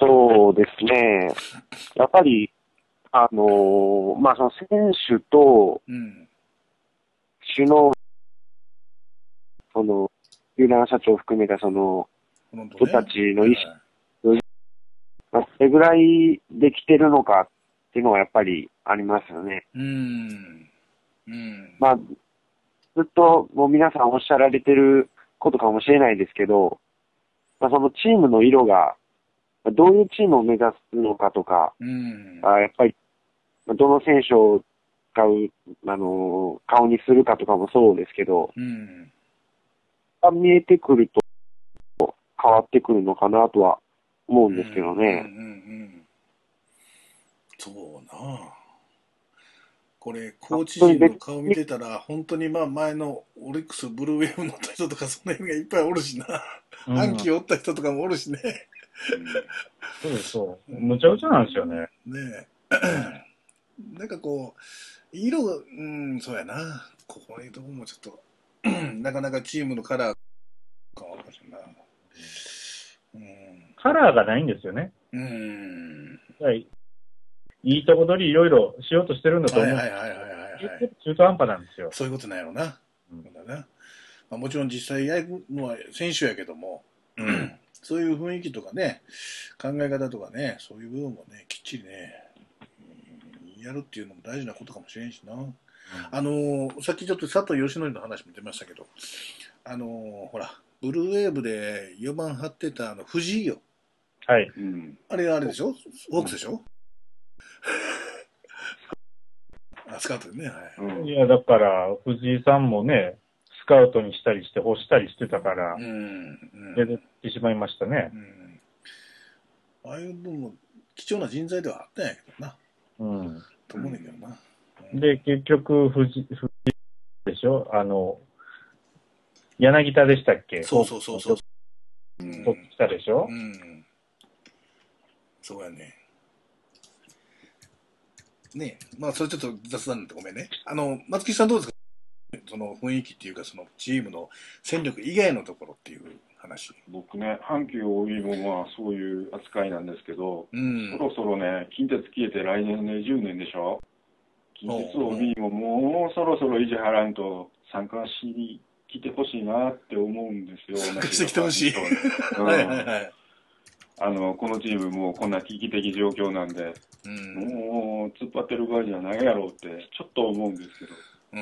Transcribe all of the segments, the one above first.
そうですね。やっぱり、まあ、その選手とうん。 首脳、その、球団社長を含めたその人た本当ね。 ちの意識、まあ、それぐらいできてるのかっていうのはやっぱりありますよね。 うん。うん。 まあ、ずっともう皆さんおっしゃられてることかもしれないですけど、まあ、そのチームの色が、まあどういうチームを目指すのかとか、 うん。 やっぱり、まあどの選手を使う、顔にするかとかもそうですけど、 うん。 見えてくると変わってくるのかなとは思うんですけうん。うん。うどね。 ん。そうなあ。これ、コーチ本当に別陣の顔見に、 てたら、本当にまあ前のオリックス、ブルーウェーブ乗った人とか、その辺がいっぱいおるしな。 うん。 阪急おった人とかもおるしね。 そうそう。 うん、 むちゃくちゃなんですよね。 ねえ。なんかこう、色が、うん、そうやな。ここいうとこもちょっと、なかなかチームのカラーかわかるな。うん。 カラーがないんですよね。 うん。 はい。いいとこ取りいろいろしようとしてるんだとはい思う。 はいはいはいはいはい。 中途半端なんですよ。 そういうことなんやろな。 うん。 そうだな。まあ、もちろん実際やるのは選手やけども、 うん。 そういう雰囲気とかね、考え方とかね、そういう部分もね、きっちりね、やるっていうのも大事なことかもしれんしな。さっきちょっと佐藤義則の話も出ましたけど、ほら、ブルーウェーブで4番張ってた藤井よ。 はい。 うん、 あれあれでしょホークスでしょ、あ、スカウトでね、はい。 うん、 いや、だから、藤井さんもね、スカウトにしたりして、干したりしてたから、 うん、うん、 出てしまいましたね。 うん。ああいうのも貴重な人材ではあったんやけどな。 うん。 と思うねんけどな。 で、結局、藤井でしょ柳田でしたっけそうそうそうそう。 うん、 取ってきたでしょうん。そうやね。ねえ。まあ、それちょっと雑談なんでごめんね。松木さんどうですか、その雰囲気っていうか、そのチームの戦力以外のところっていう話。 僕ね、阪急 OB もまあそういう扱いなんですけど、 うん。 そろそろね、近鉄消えて来年で10年でしょ。近鉄 OB ももうそろそろ維持払んと参加しに来てほしいなって思うんですよ。 参加してきてほしい。 うん、 はいはいはい。 このチームもうこんな危機的状況なんで、 うん。 もう突っ張ってる場合じゃないやろうってちょっと思うんですけど、 うん。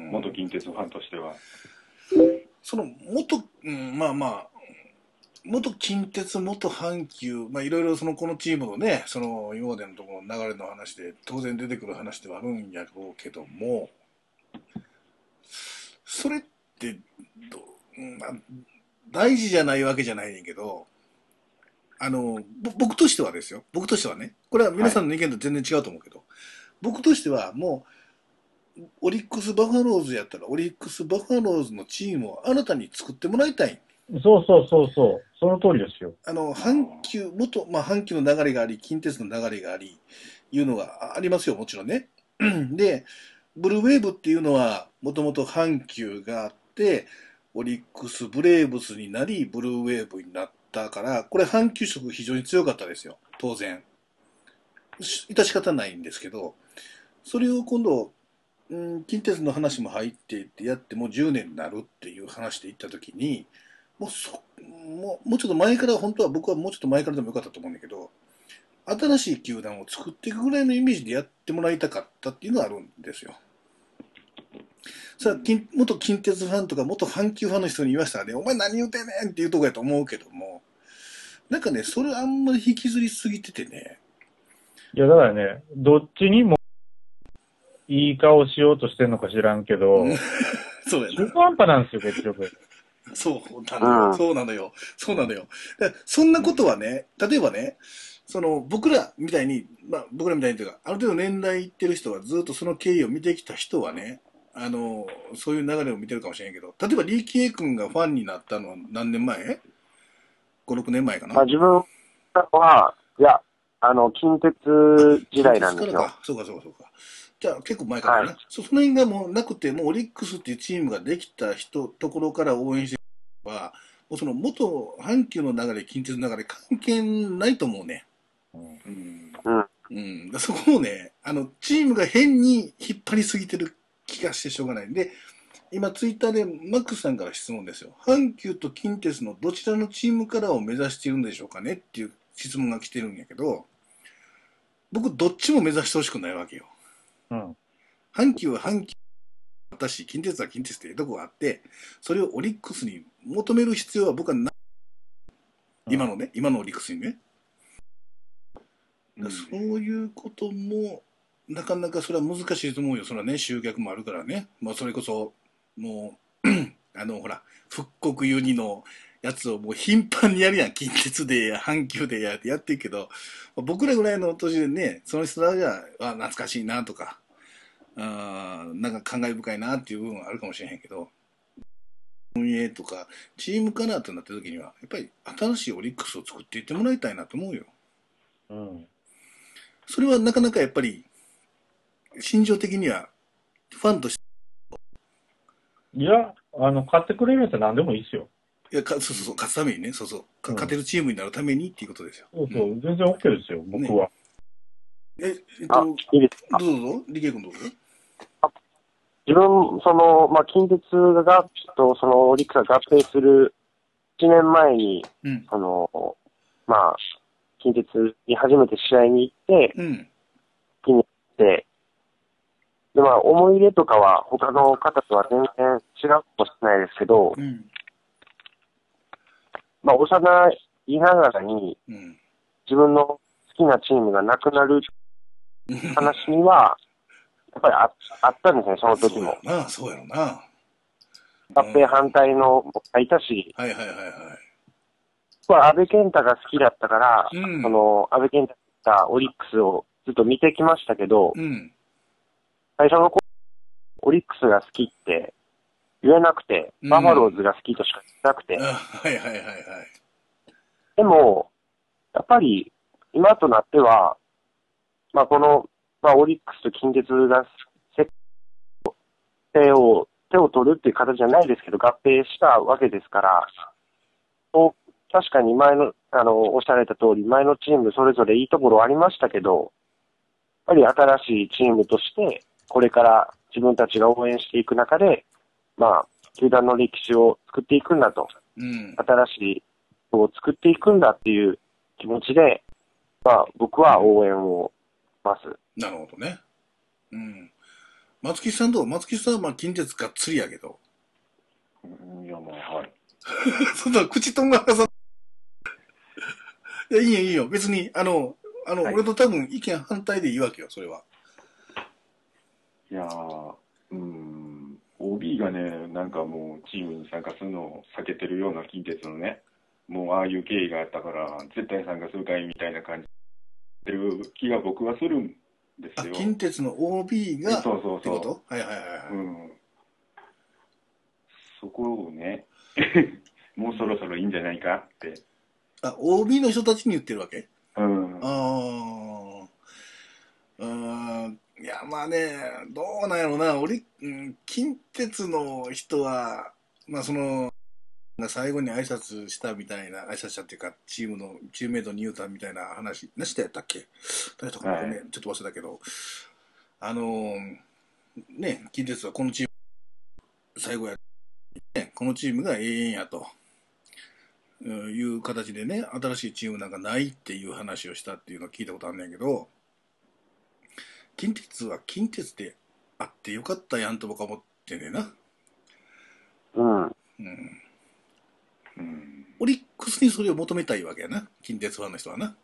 元近鉄ファンとしては。 その、元、うん、まあまあ、元近鉄、元阪急、まあいろいろその、このチームのね、その、今までのところの流れの話で、当然出てくる話ではあるんやろうけども、それってまあ、大事じゃないわけじゃないねんけど、僕としてはですよ。僕としてはね。これは皆さんの意見と全然違うと思うけど、僕としてはもう、オリックス・バファローズやったら、オリックス・バファローズのチームを新たに作ってもらいたい。 そうそうそうそう。その通りですよ。 阪急、まあ、阪急の流れがあり、近鉄の流れがあり、いうのがありますよ、もちろんね。で、ブルーウェーブっていうのは、もともと阪急があって、オリックス・ブレーブスになり、ブルーウェーブになったから、これ阪急色非常に強かったですよ、当然。致し方ないんですけど、それを今度、近鉄の話も入っていってやってもう10年になるっていう話で言った時に、もうちょっと前から、本当は僕はもうちょっと前からでもよかったと思うんだけど、新しい球団を作っていくぐらいのイメージでやってもらいたかったっていうのがあるんですよ。さあ、元近鉄ファンとか元阪急ファンの人に言わせたらね、お前何言うてんねんっていうとこやと思うけども、なんかね、それあんまり引きずりすぎててね。 いや、だからね、どっちにもいい顔しようとしてるのか知らんけど、 そうやな。 中途半端なんですよ、結局。 そうなのよ。そうなのよ。そうなのよ。そんなことはね、例えばね、僕らみたいに、まあ僕らみたいにというか、ある程度年代いってる人はずっとその経緯を見てきた人はね、そういう流れを見てるかもしれんけど、例えば力恵君がファンになったのは何年前？ 5、6年前かな。 まあ自分は、いや、近鉄時代なんですよ。 そうか。じゃあ結構前からな。はい、その辺がもうなくて、もうオリックスっていうチームができたところから応援しては、 その元阪急の流れ、近鉄の流れ関係ないと思うね。 うん。 うん。そこをね、チームが変に引っ張りすぎてる気がしてしょうがない。で、今ツイッターでマックスさんから質問ですよ。阪急と近鉄のどちらのチームカラーを目指しているんでしょうかねっていう質問が来てるんやけど、僕どっちも目指してほしくないわけよ。 うん。 阪急は阪急だったし、近鉄は近鉄っていうとこがあって、それをオリックスに求める必要は僕はない。今のオリックスにね。そういうことも、なかなかそれは難しいと思うよ。それはね、集客もあるからね。まあ、それこそ、もう、ほら、復刻ユニのやつをもう頻繁にやるやん。近鉄でや、阪急でやってやってるけど、僕らぐらいの年でね、その人らが、懐かしいなとか、なんか感慨深いなっていう部分はあるかもしれへんけど、運営とか、チームカラーとなった時には、やっぱり新しいオリックスを作っていってもらいたいなと思うよ。 うん。 それはなかなかやっぱり、心情的には、ファンとして、 いや、買ってくれるやつは何でもいいですよ。 いや、そうそうそう、勝つためにね、そうそう、勝てるチームになるためにっていうことですよ。 そうそう、全然 OK ですよ、僕は。 いいですか。 どうぞ、理系君どうぞ。 自分、近鉄が、オリックスが合併する1年前に、近鉄に初めて試合に行って、気に入って、で、思い入れとかは他の方とは全然違うかもしれないですけど、幼いながらに、自分の好きなチームがなくなる話には、やっぱりあったんですね、その時も。 そうやろな。 合併反対の僕がいたし、 はい。 安倍健太が好きだったから、安倍健太がオリックスをずっと見てきましたけど、最初の頃、オリックスが好きって言えなくて、バファローズが好きとしか言えなくて。でも、やっぱり、今となっては、オリックスと近鉄が手を取るっていう形じゃないですけど、合併したわけですから、確かにおっしゃられた通り、前のチームそれぞれいいところありましたけど、やっぱり新しいチームとして、これから自分たちが応援していく中で、球団の歴史を作っていくんだと、新しいを作っていくんだっていう気持ちで、僕は応援をします。 なるほどね。松木さんどう？松木さんは近鉄がっつりやけど。 いや、はい。 そんな口とんがらさ、いや、いいよ。別に、俺と多分意見反対でいいわけよ、それは。 いやOB がね、なんかもうチームに参加するのを避けてるような近鉄のね、もうああいう経緯があったから、絶対参加するかいみたいな感じっていう気が僕はするんですよ。 近鉄の OB がってことはい。 そこをね、もうそろそろいいんじゃないかって。 OB の人たちに言ってるわけ？いや、どうなんやろな、近鉄の人は、最後に挨拶したみたいな、挨拶したっていうか、チームメイトに言うたみたいな話、なしでやったっけ？誰とかごめん、ちょっと忘れたけど、近鉄はこのチーム、最後や、このチームが永遠やと。いう形でね、新しいチームなんかないっていう話をしたっていうのを聞いたことあるんだけど、近鉄は近鉄であってよかったやんと僕は思ってんねんな。オリックスにそれを求めたいわけやな、近鉄ファンの人はな。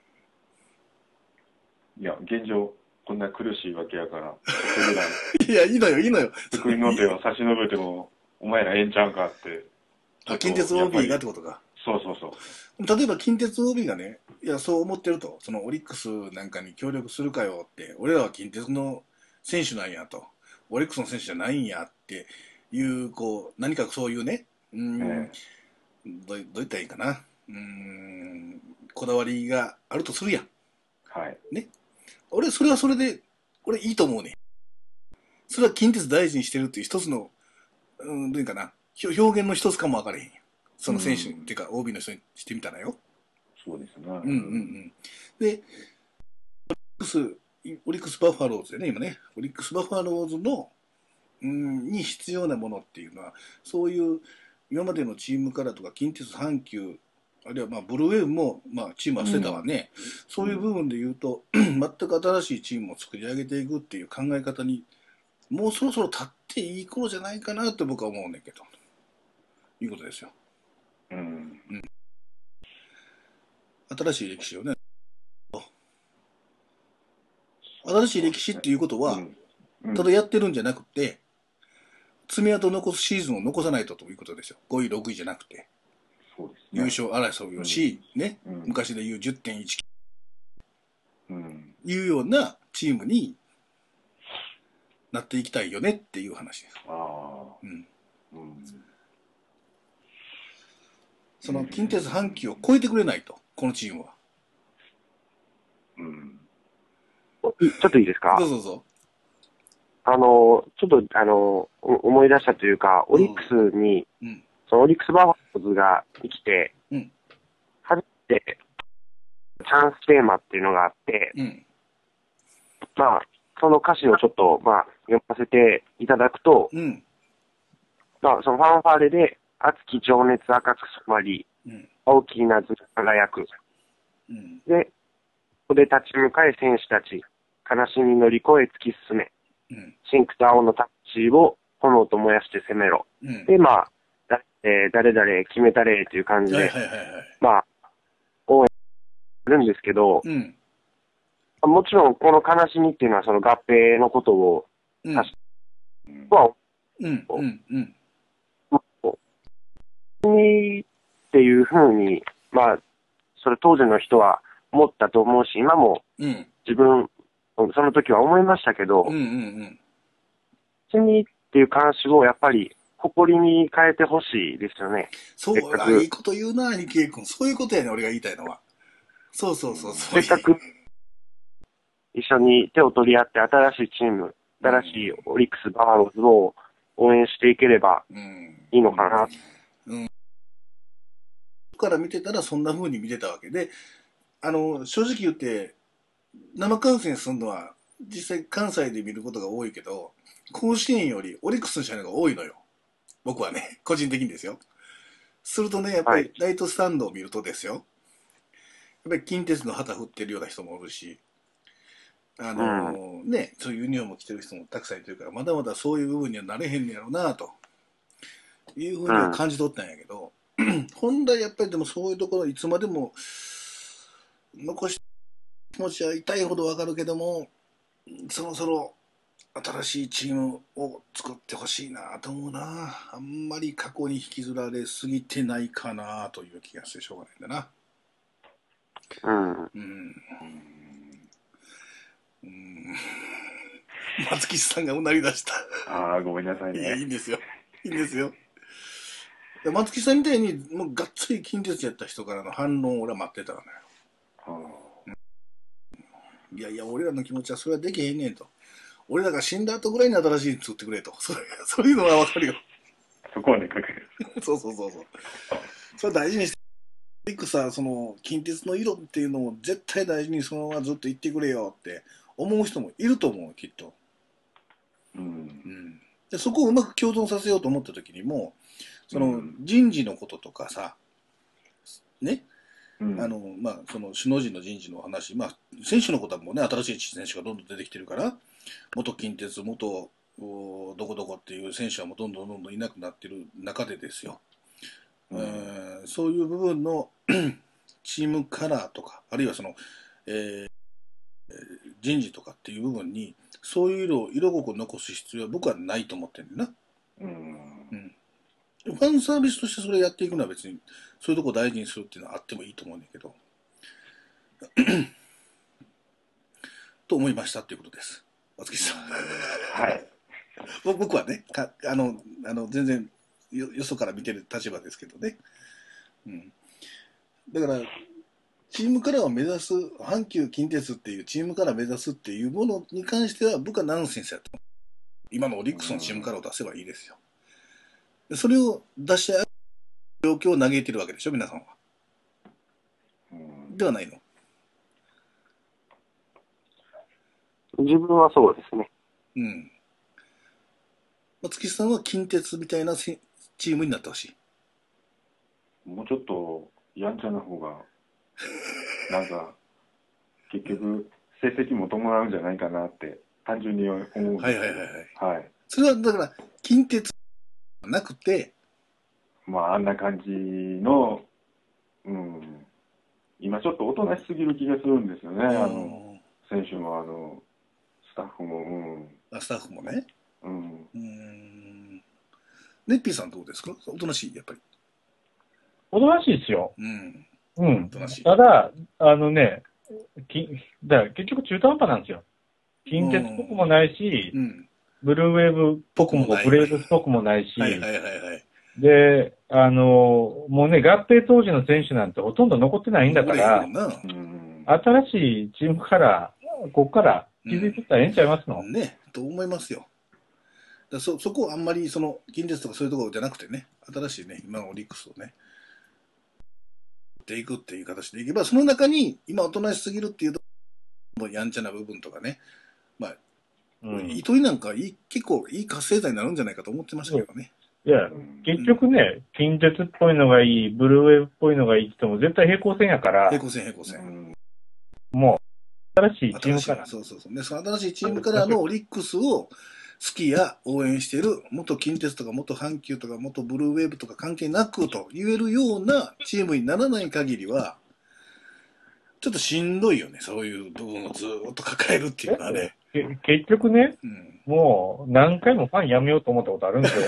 いや、現状、こんな苦しいわけやから、 いや、いいのよ。 救いの手を差し伸べても、お前らええんちゃうかって。 近鉄 OB がってことか。 そう。 例えば近鉄 OB がね、いや、そう思ってると、そのオリックスなんかに協力するかよって、俺らは近鉄の選手なんやと、オリックスの選手じゃないんやっていう、何かそういうね、どう言ったらいいかな、こだわりがあるとするやん。ね。それはそれで、俺いいと思うね。それは近鉄大事にしてるっていう一つの、どういうかな、表現の一つかも分からへんやん。 その選手、っていうか OB の人にしてみたらよ。 そうですね。 で、オリックスバファローズでね、今ね、オリックスバファローズの、に必要なものっていうのは、そういう今までのチームカラーとか、近鉄阪急、あるいはまあブルーウェーブも、まあ、チームは捨てたわね、そういう部分で言うと、全く新しいチームを作り上げていくっていう考え方に、もうそろそろ立っていい頃じゃないかなと僕は思うんだけど、いうことですよ。新しい歴史をね。新しい歴史っていうことは、ただやってるんじゃなくて、爪痕を残すシーズンを残さないとということですよ。5位、6位じゃなくて。 そうですね、 優勝争いをし、ね、昔で言う 10.1 いうようなチームになっていきたいよねっていう話です。その近鉄阪急を超えてくれないと、このチームは。 ちょっといいですか？ どうぞどうぞ。 ちょっと、思い出したというか、オリックスに、そのオリックスバファローズが生きて、初めてチャンステーマっていうのがあって、まあ、その歌詞をちょっと、まあ、読ませていただくと、まあ、そのファンファーレで、熱き情熱赤く染まり、大きなず輝く。で、ここで立ち向かえ選手たち、悲しみ乗り越え突き進め、シンクと青のタッチを炎と燃やして攻めろ。で、まあ、誰々決めたれという感じで、まあ、応援するんですけど、もちろんこの悲しみっていうのはその合併のことを指して、っていうふうに、まあ、それ当時の人は思ったと思うし、今も自分、その時は思いましたけど、罪っていう監視をやっぱり誇りに変えてほしいですよね。 そうだ、いいこと言うな、兄貴君。そういうことやね、俺が言いたいのは。そう。 せっかく一緒に手を取り合って新しいチーム、新しいオリックス・バファローズを応援していければいいのかな。 から見てたらそんな風に見てたわけで、正直言って、生観戦するのは実際関西で見ることが多いけど、甲子園よりオリックスの試合の方が多いのよ。僕はね、個人的にですよ。するとね、やっぱりライトスタンドを見るとですよ、やっぱり近鉄の旗振ってるような人もおるし、ね、そういうユニフォーム着てる人もたくさんいてるから、まだまだそういう部分にはなれへんねやろうなというふうには感じ取ったんやけど、本来やっぱりでもそういうところいつまでも残して気持ちは痛いほどわかるけども、そろそろ新しいチームを作ってほしいなと思うな。あんまり過去に引きずられすぎてないかなという気がしてしょうがないんだな。松吉さんがうなり出した。 ごめんなさいね。 いや、いいんですよ。松木さんみたいにもうがっつり近鉄やった人からの反論を俺は待ってたのよ。いや、俺らの気持ちはそれはできへんねんと。俺らが死んだ後ぐらいに新しい作ってくれと。そういうのはわかるよ。 そこはね、かける。 そう。それ大事にして、その近鉄の色っていうのを絶対大事にそのままずっと言ってくれよって思う人もいると思う、きっと。でそこをうまく共存させようと思った時にも、その人事のこととかさ、ね、その首脳陣の人事の話、選手のことはもうね、新しい選手がどんどん出てきてるから、元近鉄、元どこどこっていう選手はもうどんどんいなくなってる中でですよ、そういう部分のチームカラーとか、あるいはその、人事とかっていう部分に、そういう色濃く残す必要は僕はないと思ってるんだな。ファンサービスとしてそれやっていくのは別にそういうとこを大事にするっていうのはあってもいいと思うんだけどと思いましたっていうことです、松木さん。 はい。 僕はね全然よそから見てる立場ですけどね、だからチームカラーを目指す、阪急近鉄っていうチームカラーを目指すっていうものに関しては僕はナンセンスやと思う。今のオリックスのチームカラーを出せばいいですよ。それを出して状況を嘆いてるわけでしょ、皆さんは。 うんではないの。 自分はそうですね。 うん。松木さんは近鉄みたいなチームになってほしい。 もうちょっとやんちゃな方が、なんか、結局、成績も伴うんじゃないかなって、単純に思うんですけど。 はいはいはいはい。 はい。 それはだから、近鉄じゃなくて、 まあ、あんな感じの、うん、今ちょっとおとなしすぎる気がするんですよね、選手も、スタッフも、 スタッフもね。 うん。 ネッピーさんどうですか？おとなしい、やっぱり。 おとなしいですよ。 うん。 うん。 おとなしい。 ただ、だから結局中途半端なんですよ。近鉄っぽくもないし、ブルーウェーブっぽくも、ブレーブっぽくもないし、 はいはいはいはい。 で、もうね、合併当時の選手なんてほとんど残ってないんだから、新しいチームから、ここから築いていったらええんちゃいますの？ ね、と思いますよ。そこをあんまり、近鉄とかそういうところじゃなくてね、新しいね、今のオリックスをね、っていくっていう形でいけば、その中に、今おとなしすぎるっていうともうやんちゃな部分とかね、まあ、糸井なんか結構いい活性剤になるんじゃないかと思ってましたけどね。 いや、結局ね、近鉄っぽいのがいい、ブルーウェーブっぽいのがいいって言っても絶対平行線やから。 平行線。 もう、新しいチームから。 そう。で、その新しいチームからのオリックスを好きや応援している、元近鉄とか元阪急とか元ブルーウェーブとか関係なくと言えるようなチームにならない限りは、ちょっとしんどいよね、そういう部分をずっと抱えるっていうのはね。 結局ね、もう何回もファンやめようと思ったことあるんですよ。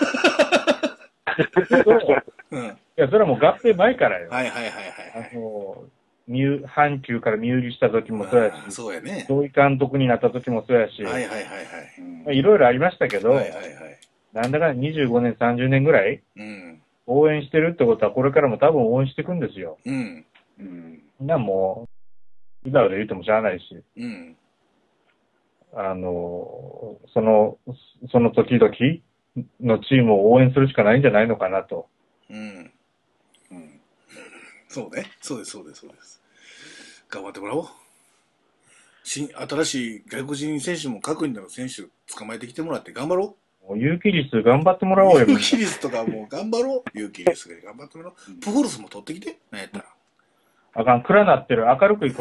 いや、それはもう合併前からよ。阪急から身売りした時もそうやし、 そうやね。 土井監督になった時もそうやし、いろいろありましたけど、なんだか25年、30年ぐらい、応援してるってことはこれからも多分応援していくんですよ。もう、うだうだ言ってもしゃあないし、その時々のチームを応援するしかないんじゃないのかなと。 そうね。そうです。頑張ってもらおう。新しい外国人選手も各国の選手捕まえてきてもらって頑張ろう。有機率頑張ってもらおうよ。 有機率とかもう頑張ろう。有機率で頑張ってもらおう。プホルスも取ってきて。なんやったら。 あかん、暗なってる。明るくいこ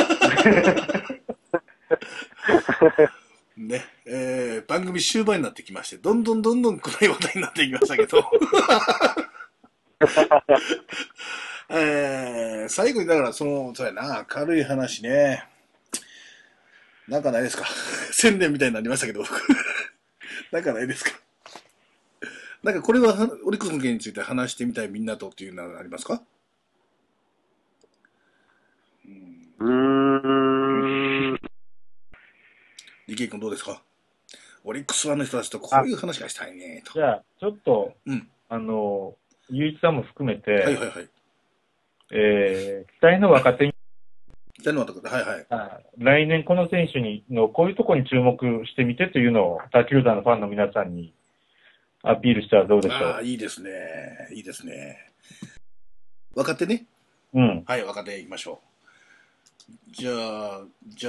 う。ね。番組終盤になってきまして、どんどん暗い話題になってきましたけど。最後にだからそうやな、軽い話ね。なんかないですか？宣伝みたいになりましたけど、なんかないですか？なんかこれはオリックスの件について話してみたいみんなとっていうのはありますか？理系君どうですか？オリックスファンの人たちとこういう話がしたいねと。 じゃあ、ちょっと、ゆういちさんも含めて、期待の若手に、来年この選手のこういうところに注目してみてというのを他球団のファンの皆さんにアピールしたらどうでしょう。 いいですね。若手ね。はい、若手行きましょう。じゃあ、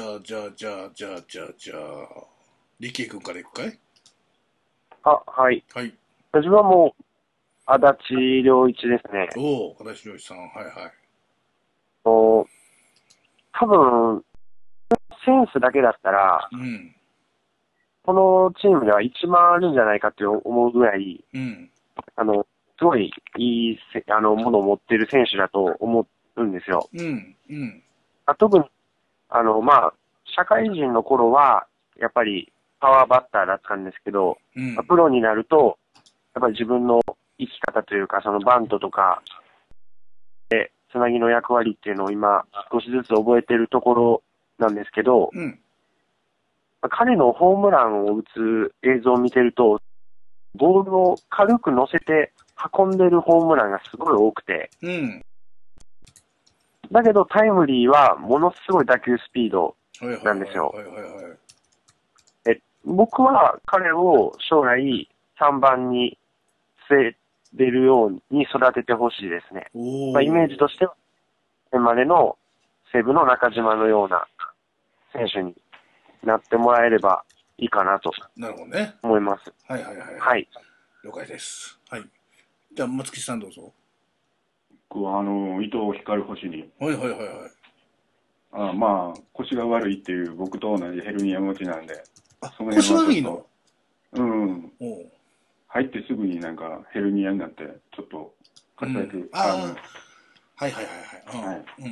リキ君から行くかい？ はい。私はもう、足立良一ですね。 足立良一さん。 多分、センスだけだったら、このチームでは一番あるんじゃないかって思うぐらい、すごいいいものを持っている選手だと思うんですよ。特に、社会人の頃は、やっぱりパワーバッターだったんですけど、プロになると、やっぱり自分の生き方というか、そのバントとか、つなぎの役割っていうのを今、少しずつ覚えてるところなんですけど、彼のホームランを打つ映像を見てると、ボールを軽く乗せて運んでるホームランがすごい多くて、だけどタイムリーはものすごい打球スピードなんですよ。僕は彼を将来3番に据え出るように育ててほしいですね。まあ、イメージとしては、これまでの西武の中島のような選手になってもらえればいいかなと。 なるほどね。 思います。 はいはいはい。 はい。 了解です。はい。じゃあ、松木さんどうぞ。 僕は、伊藤光星に。 はいはいはいはい。 まあ、腰が悪いっていう僕と同じヘルニア持ちなんで。 腰悪いの？ うん。入ってすぐになんかヘルニアになって、ちょっと活躍。 はいはいはいはい。はい。うん。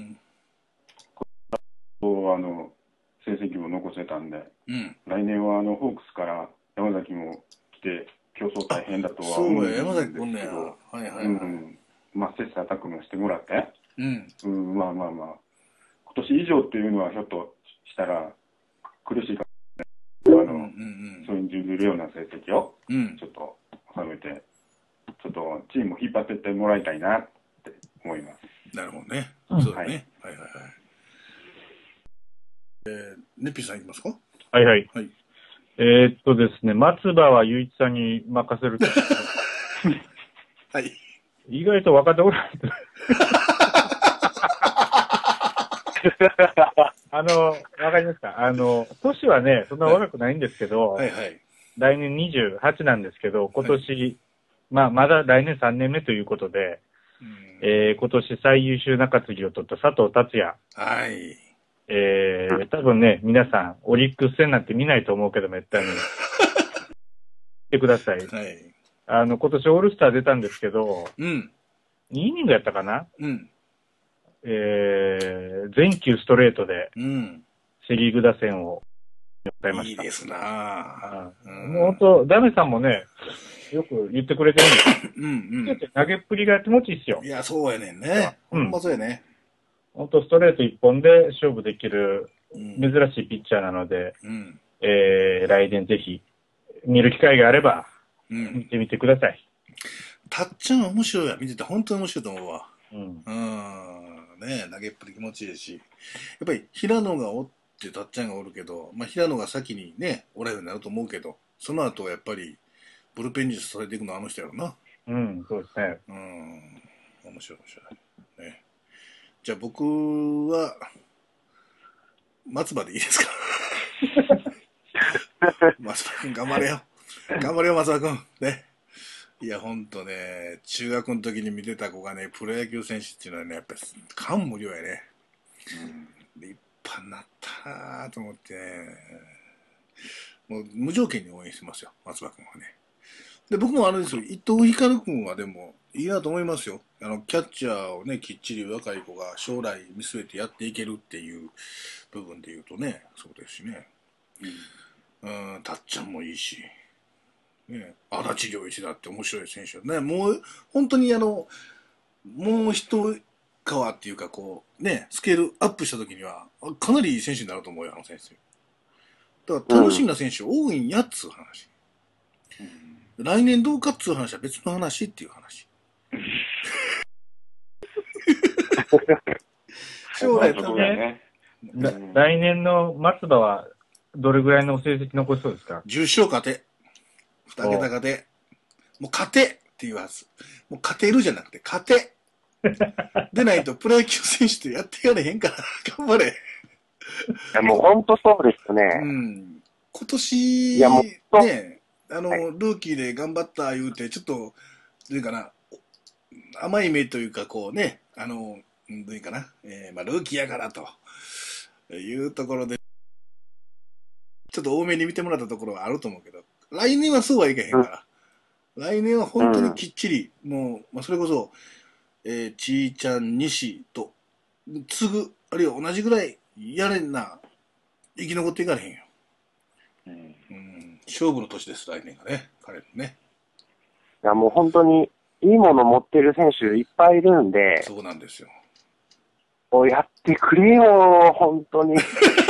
成績も残せたんで、来年はホークスから山崎も来て競争大変だとは思うんですけど、はいはいはい。まあ、切磋琢磨してもらって、まあまあまあ、今年以上っていうのはひょっとしたら苦しいかも、そういう準ずるような成績をちょっと収めて、ちょっとチームを引っ張っていってもらいたいなって思います。 なるほどね。そうだね。はいはいはい。ネッピーさんいきますか？ はいはい。はい、ですね、松葉は雄一さんに任せると。 はい。 意外と分かっておらない。わかりますか？年はね、そんな若くないんですけど、 はいはい。 来年28なんですけど、今年、まだ来年3年目ということで、今年最優秀中継ぎを取った佐藤達也。 はい。 多分ね、皆さん、オリックス戦なんて見ないと思うけど、めったに。見てください。 はい。 今年オールスター出たんですけど、2イニングやったかな？全球ストレートで、セリーグ打線を抑えました。 いいですなぁ。 もう本当、ダメさんもね、よく言ってくれてるんですよ。投げっぷりが気持ちいいっすよ。 いや、そうやねんね。ほんまそうやね。 本当ストレート一本で勝負できる珍しいピッチャーなので、来年ぜひ見る機会があれば見てみてください。 たっちゃん面白いわ。見てて本当に面白いと思うわ。ね投げっぷり気持ちいいし。やっぱり平野がおってたっちゃんがおるけど、まあ平野が先にね、おらんようになると思うけど、その後はやっぱりブルペン術されていくのはあの人やろな。 そうですね。 面白い面白い。ね。じゃあ僕は、松葉でいいですか？松葉くん頑張れよ。頑張れよ、松葉くん。ね。いや、ほんとね、中学の時に見てた子がね、プロ野球選手っていうのはね、やっぱり感無量やね。立派になったなぁと思ってね。もう無条件に応援してますよ、松葉くんはね。で、僕もあれですよ、伊藤光くんはでも、いいなと思いますよ。キャッチャーをね、きっちり若い子が将来見据えてやっていけるっていう部分で言うとね、そうですしね。たっちゃんもいいし、ね、足立良一だって面白い選手ね。もう、本当にもう一皮っていうかこう、ね、スケールアップした時には、かなりいい選手になると思うよ、あの選手。だから楽しみな選手多いんやっつう話。来年どうかっつう話は別の話っていう話。将来多分ね。来年の松葉はどれぐらいの成績残しそうですか ？10勝勝て。2桁勝て。もう勝てっていうはず。もう勝てるじゃなくて勝て。でないとプロ野球選手とやってやれへんから頑張れ。 いやもう本当そうですね。 今年、いやもうね、ルーキーで頑張った言うて、ちょっと、どういうかな、甘い目というか、こうね、どういうかな、まあ、ルーキーやからというところで、ちょっと多めに見てもらったところはあると思うけど、来年はそうはいかへんから、来年は本当にきっちり、もう、まあ、それこそ、ちーちゃん、西と、次ぐ、あるいは同じぐらいやれんな、生き残っていかれへんよ。勝負の年です、来年がね、彼のね。 いや、もう本当に、いいもの持ってる選手いっぱいいるんで、 そうなんですよ。 もうやってくれよ、本当に。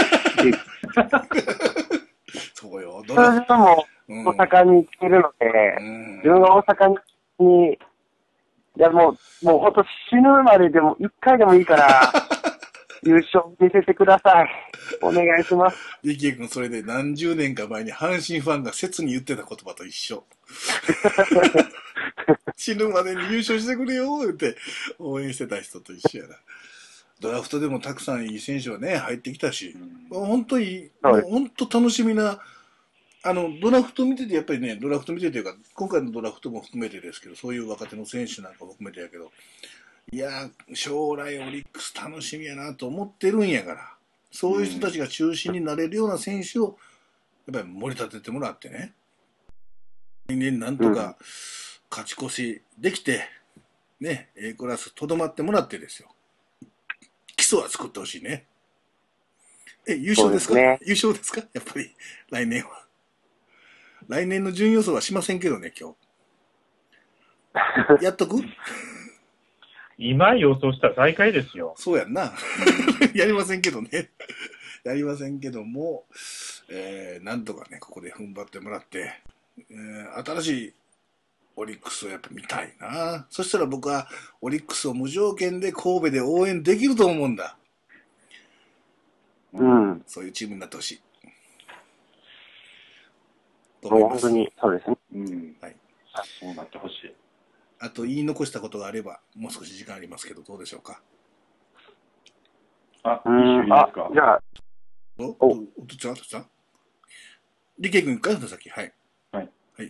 そうよ。 どの人も大阪に来てるので、自分が大阪に、いやもう本当死ぬまででも一回でもいいから、優勝見せてください。お願いします。 リキエ君、それで何十年か前に阪神ファンが切に言ってた言葉と一緒。 死ぬまでに優勝してくれよ、って応援してた人と一緒やな。ドラフトでもたくさんいい選手はね、入ってきたし、本当に、本当楽しみな、ドラフト見てて、やっぱりね、ドラフト見てていうか、今回のドラフトも含めてですけど、そういう若手の選手なんかも含めてやけど、いやー、将来オリックス楽しみやなと思ってるんやから、そういう人たちが中心になれるような選手を、やっぱり盛り立ててもらってね、来年なんとか勝ち越しできて、ね、A クラスとどまってもらってですよ。基礎は作ってほしいね。優勝ですか？優勝ですか？やっぱり、来年は。来年の準予想はしませんけどね、今日。やっとく？ 今予想したら最下位ですよ。 そうやんな。やりませんけどね。やりませんけども、なんとかね、ここで踏ん張ってもらって、新しいオリックスをやっぱ見たいな。そしたら僕はオリックスを無条件で神戸で応援できると思うんだ。 うん。 そういうチームになってほしい。 本当に、そうですね。 うん。はい。そうなってほしい。 あと言い残したことがあれば、もう少し時間ありますけど、どうでしょうか。 一緒いいですか。 じゃあ、 どっちは理系君からさっき。はい。 はい。 はい。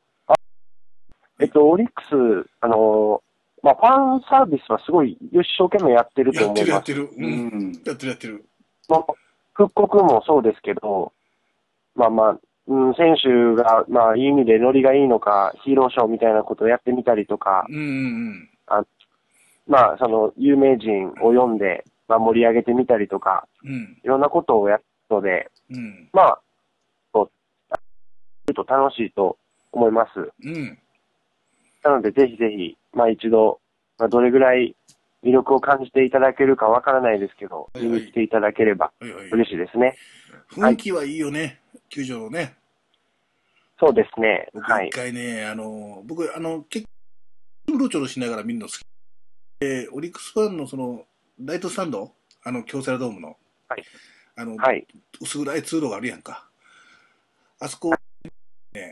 オリックス、ファンサービスはすごい一生懸命やってると思います。 やってる。うん。やってる。 復刻もそうですけど、選手が、いい意味でノリがいいのか、ヒーローショーみたいなことをやってみたりとか、その、有名人を呼んで、盛り上げてみたりとか、いろんなことをやるので、楽しいと思います。なので、ぜひぜひ、一度、どれぐらい魅力を感じていただけるかわからないですけど、見に来ていただければ嬉しいですね。 雰囲気はいいよね、球場のね。 そうですね。 僕一回ね、僕、結構、うろちょろしながら見るの好き。オリックスファンのその、ライトスタンド、京セラドームの、薄暗い通路があるやんか。あそこ、ね、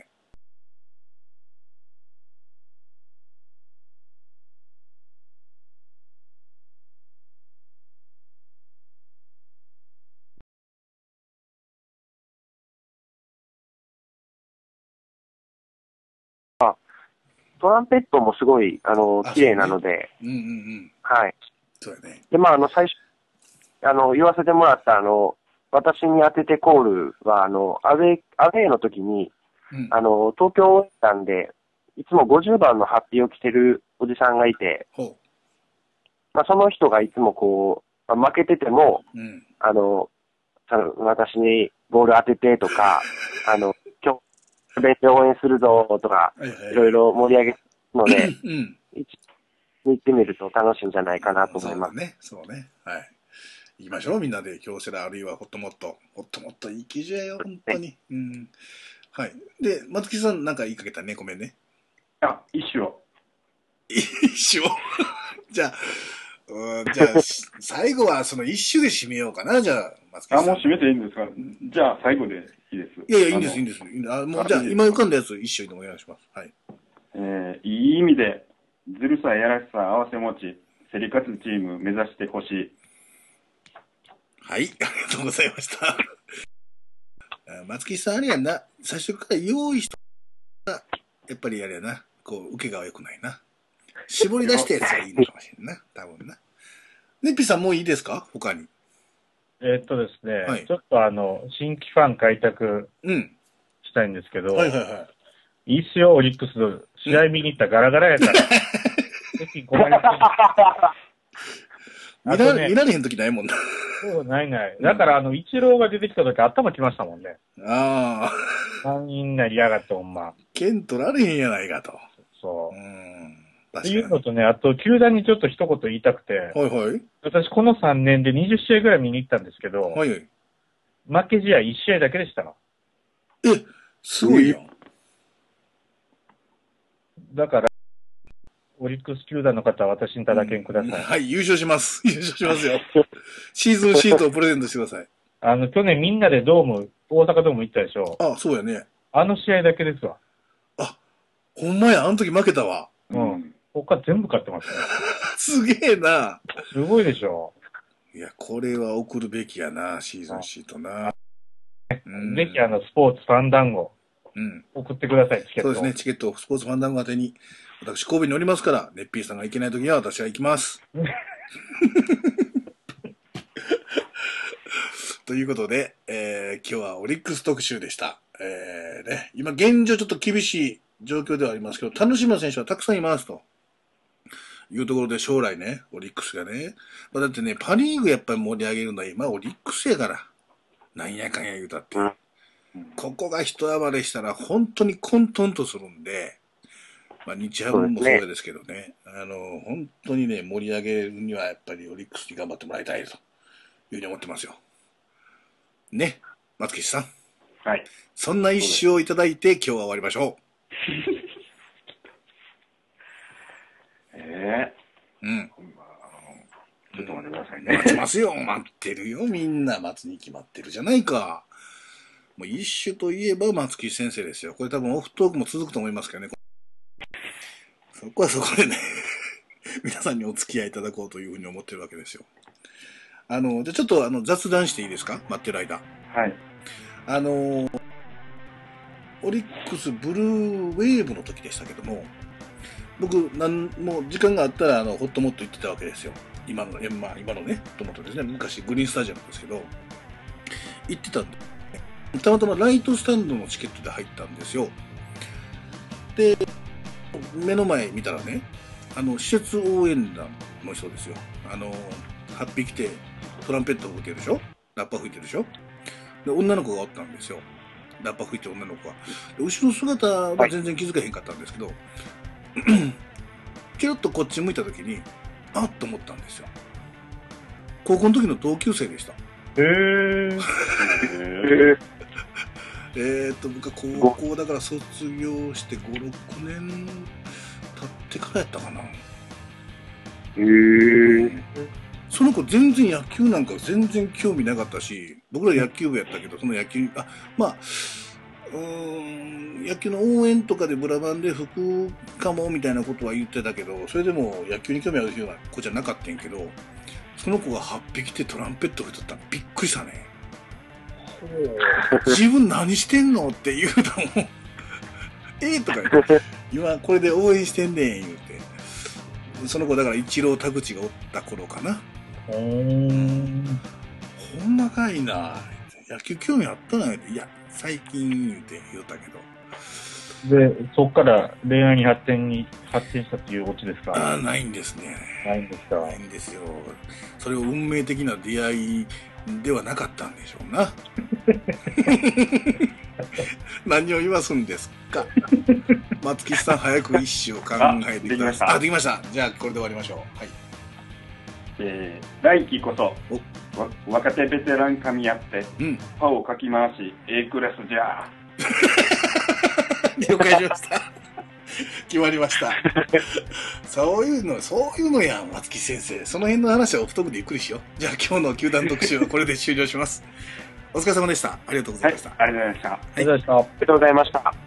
トランペットもすごい、綺麗なので、はい。 そうやね。 で、最初、言わせてもらった私に当ててコールは、アウェイの時に、東京オータンで、いつも50番のハッピーを着てるおじさんがいて、その人がいつもこう、負けてても、私にボール当ててとか、今日、ベンチ応援するぞとか、いろいろ盛り上げるので、行ってみると楽しいんじゃないかなと思います。 そうね。はい。行きましょう、みんなで、京セラあるいはホットモットいい記事やよ、本当に。はい。で、松木さんなんか言いかけたね、ごめんね。 一首を。 じゃあ、最後はその一首で締めようかな、じゃあ、松木さん。 もう締めていいんですか？じゃあ、最後でいいです。 いや、いいんです。もうじゃあ、今浮かんだやつ一首でお願いします。はい。 いい意味で、ずるさ、やらしさ、合わせ持ち、競り勝つチーム目指してほしい。 はい、ありがとうございました。松木さん、あれやんな、最初から用意したやっぱりあれやな、こう、受けが良くないな。絞り出したやつがいいのかもしれんな、多分な。ねっぴさん、もういいですか？他に。 ですね、ちょっと新規ファン開拓したいんですけど、いいっすよ、オリックスの試合見に行ったらガラガラやから。ぜひご覧に見られへんときないもんな。 そう、ない。だから、イチローが出てきたとき頭きましたもんね。 ああ。3人なりやがって、ほんま。 剣取られへんやないかと。 そう。っていうのとね、あと、球団にちょっと一言言いたくて。私、この3年で20試合ぐらい見に行ったんですけど、負け試合1試合だけでした。 すごいよ。 だから、オリックス球団の方は私にただけんください。 はい、優勝します。優勝しますよ。シーズンシートをプレゼントしてください。 去年みんなで大阪ドーム行ったでしょ。 そうやね。 あの試合だけですわ。 ほんまや、あの時負けたわ。 う他全部買ってますね。 すげえな。 すごいでしょ。 いや、これは送るべきやな、シーズンシートな。 ぜひスポーツファンダンゴ、送ってください、チケット。 そうですね、チケットをスポーツファンダンゴ宛てに、私、神戸におりますから、ネッピーさんが行けないときは私は行きます。ということで、今日はオリックス特集でした。今現状ちょっと厳しい状況ではありますけど、楽しみな選手はたくさんいますと。いうところで将来ね、オリックスがね。だってね、パリーグやっぱり盛り上げるのは今オリックスやから。なんやかんや言うたって。ここが一暴れしたら本当に混沌とするんで、まあ日ハムもそうですけどね、本当にね、盛り上げるにはやっぱりオリックスに頑張ってもらいたいというふうに思ってますよ。ね、松岸さん。 はい。 そんな一首をいただいて今日は終わりましょう。 ちょっと待ってくださいね。 待ちますよ。待ってるよ。みんな待つに決まってるじゃないか。もう一種といえば松木先生ですよ。これ多分オフトークも続くと思いますけどね。そこはそこでね、皆さんにお付き合いいただこうというふうに思ってるわけですよ。じゃあちょっと雑談していいですか？待ってる間。 はい。 オリックスブルーウェーブの時でしたけども、僕、もう時間があったら、ホットモット行ってたわけですよ。今のね、ホットモットですね。昔、グリーンスタジアムですけど、行ってたんで、たまたまライトスタンドのチケットで入ったんですよ。で、目の前見たらね、施設応援団の人ですよ。8匹来て、トランペット吹いてるでしょ？ラッパ吹いてるでしょ？で、女の子がおったんですよ。ラッパ吹いてる女の子が。後ろ姿は全然気づかへんかったんですけど、チロッとこっち向いたときに、あっと思ったんですよ。高校の時の同級生でした。僕は高校だから卒業して5、6年経ってからやったかな。その子全然野球なんか全然興味なかったし、僕ら野球部やったけど、その野球、野球の応援とかでブラバンで吹くかもみたいなことは言ってたけど、それでも野球に興味あるような子じゃなかったんやけど、その子が8匹でトランペット吹いとったらびっくりしたね。自分何してんのって言うたもん。とか言って、今これで応援してんねん言うて。その子だから一郎田口がおった頃かな。ほんまかいな。野球興味あったな。いや、最近言うて言うたけど。 で、そっから恋愛に発展したっていうオチですか？ ないんですね。 ないんですか？ ないんですよ。それを運命的な出会いではなかったんでしょうな。何を言わすんですか？松吉さん、早く一首を考えてください。できました。じゃあ、これで終わりましょう。はい。 来季こそ、若手ベテラン噛み合って、歯をかき回し、A クラスじゃ了解しました。決まりました。そういうのやん、松木先生。その辺の話はオフトークでゆっくりしよう。じゃあ今日の球団特集はこれで終了します。お疲れ様でした。ありがとうございました。 はい、ありがとうございました。 ありがとうございました。 ありがとうございました。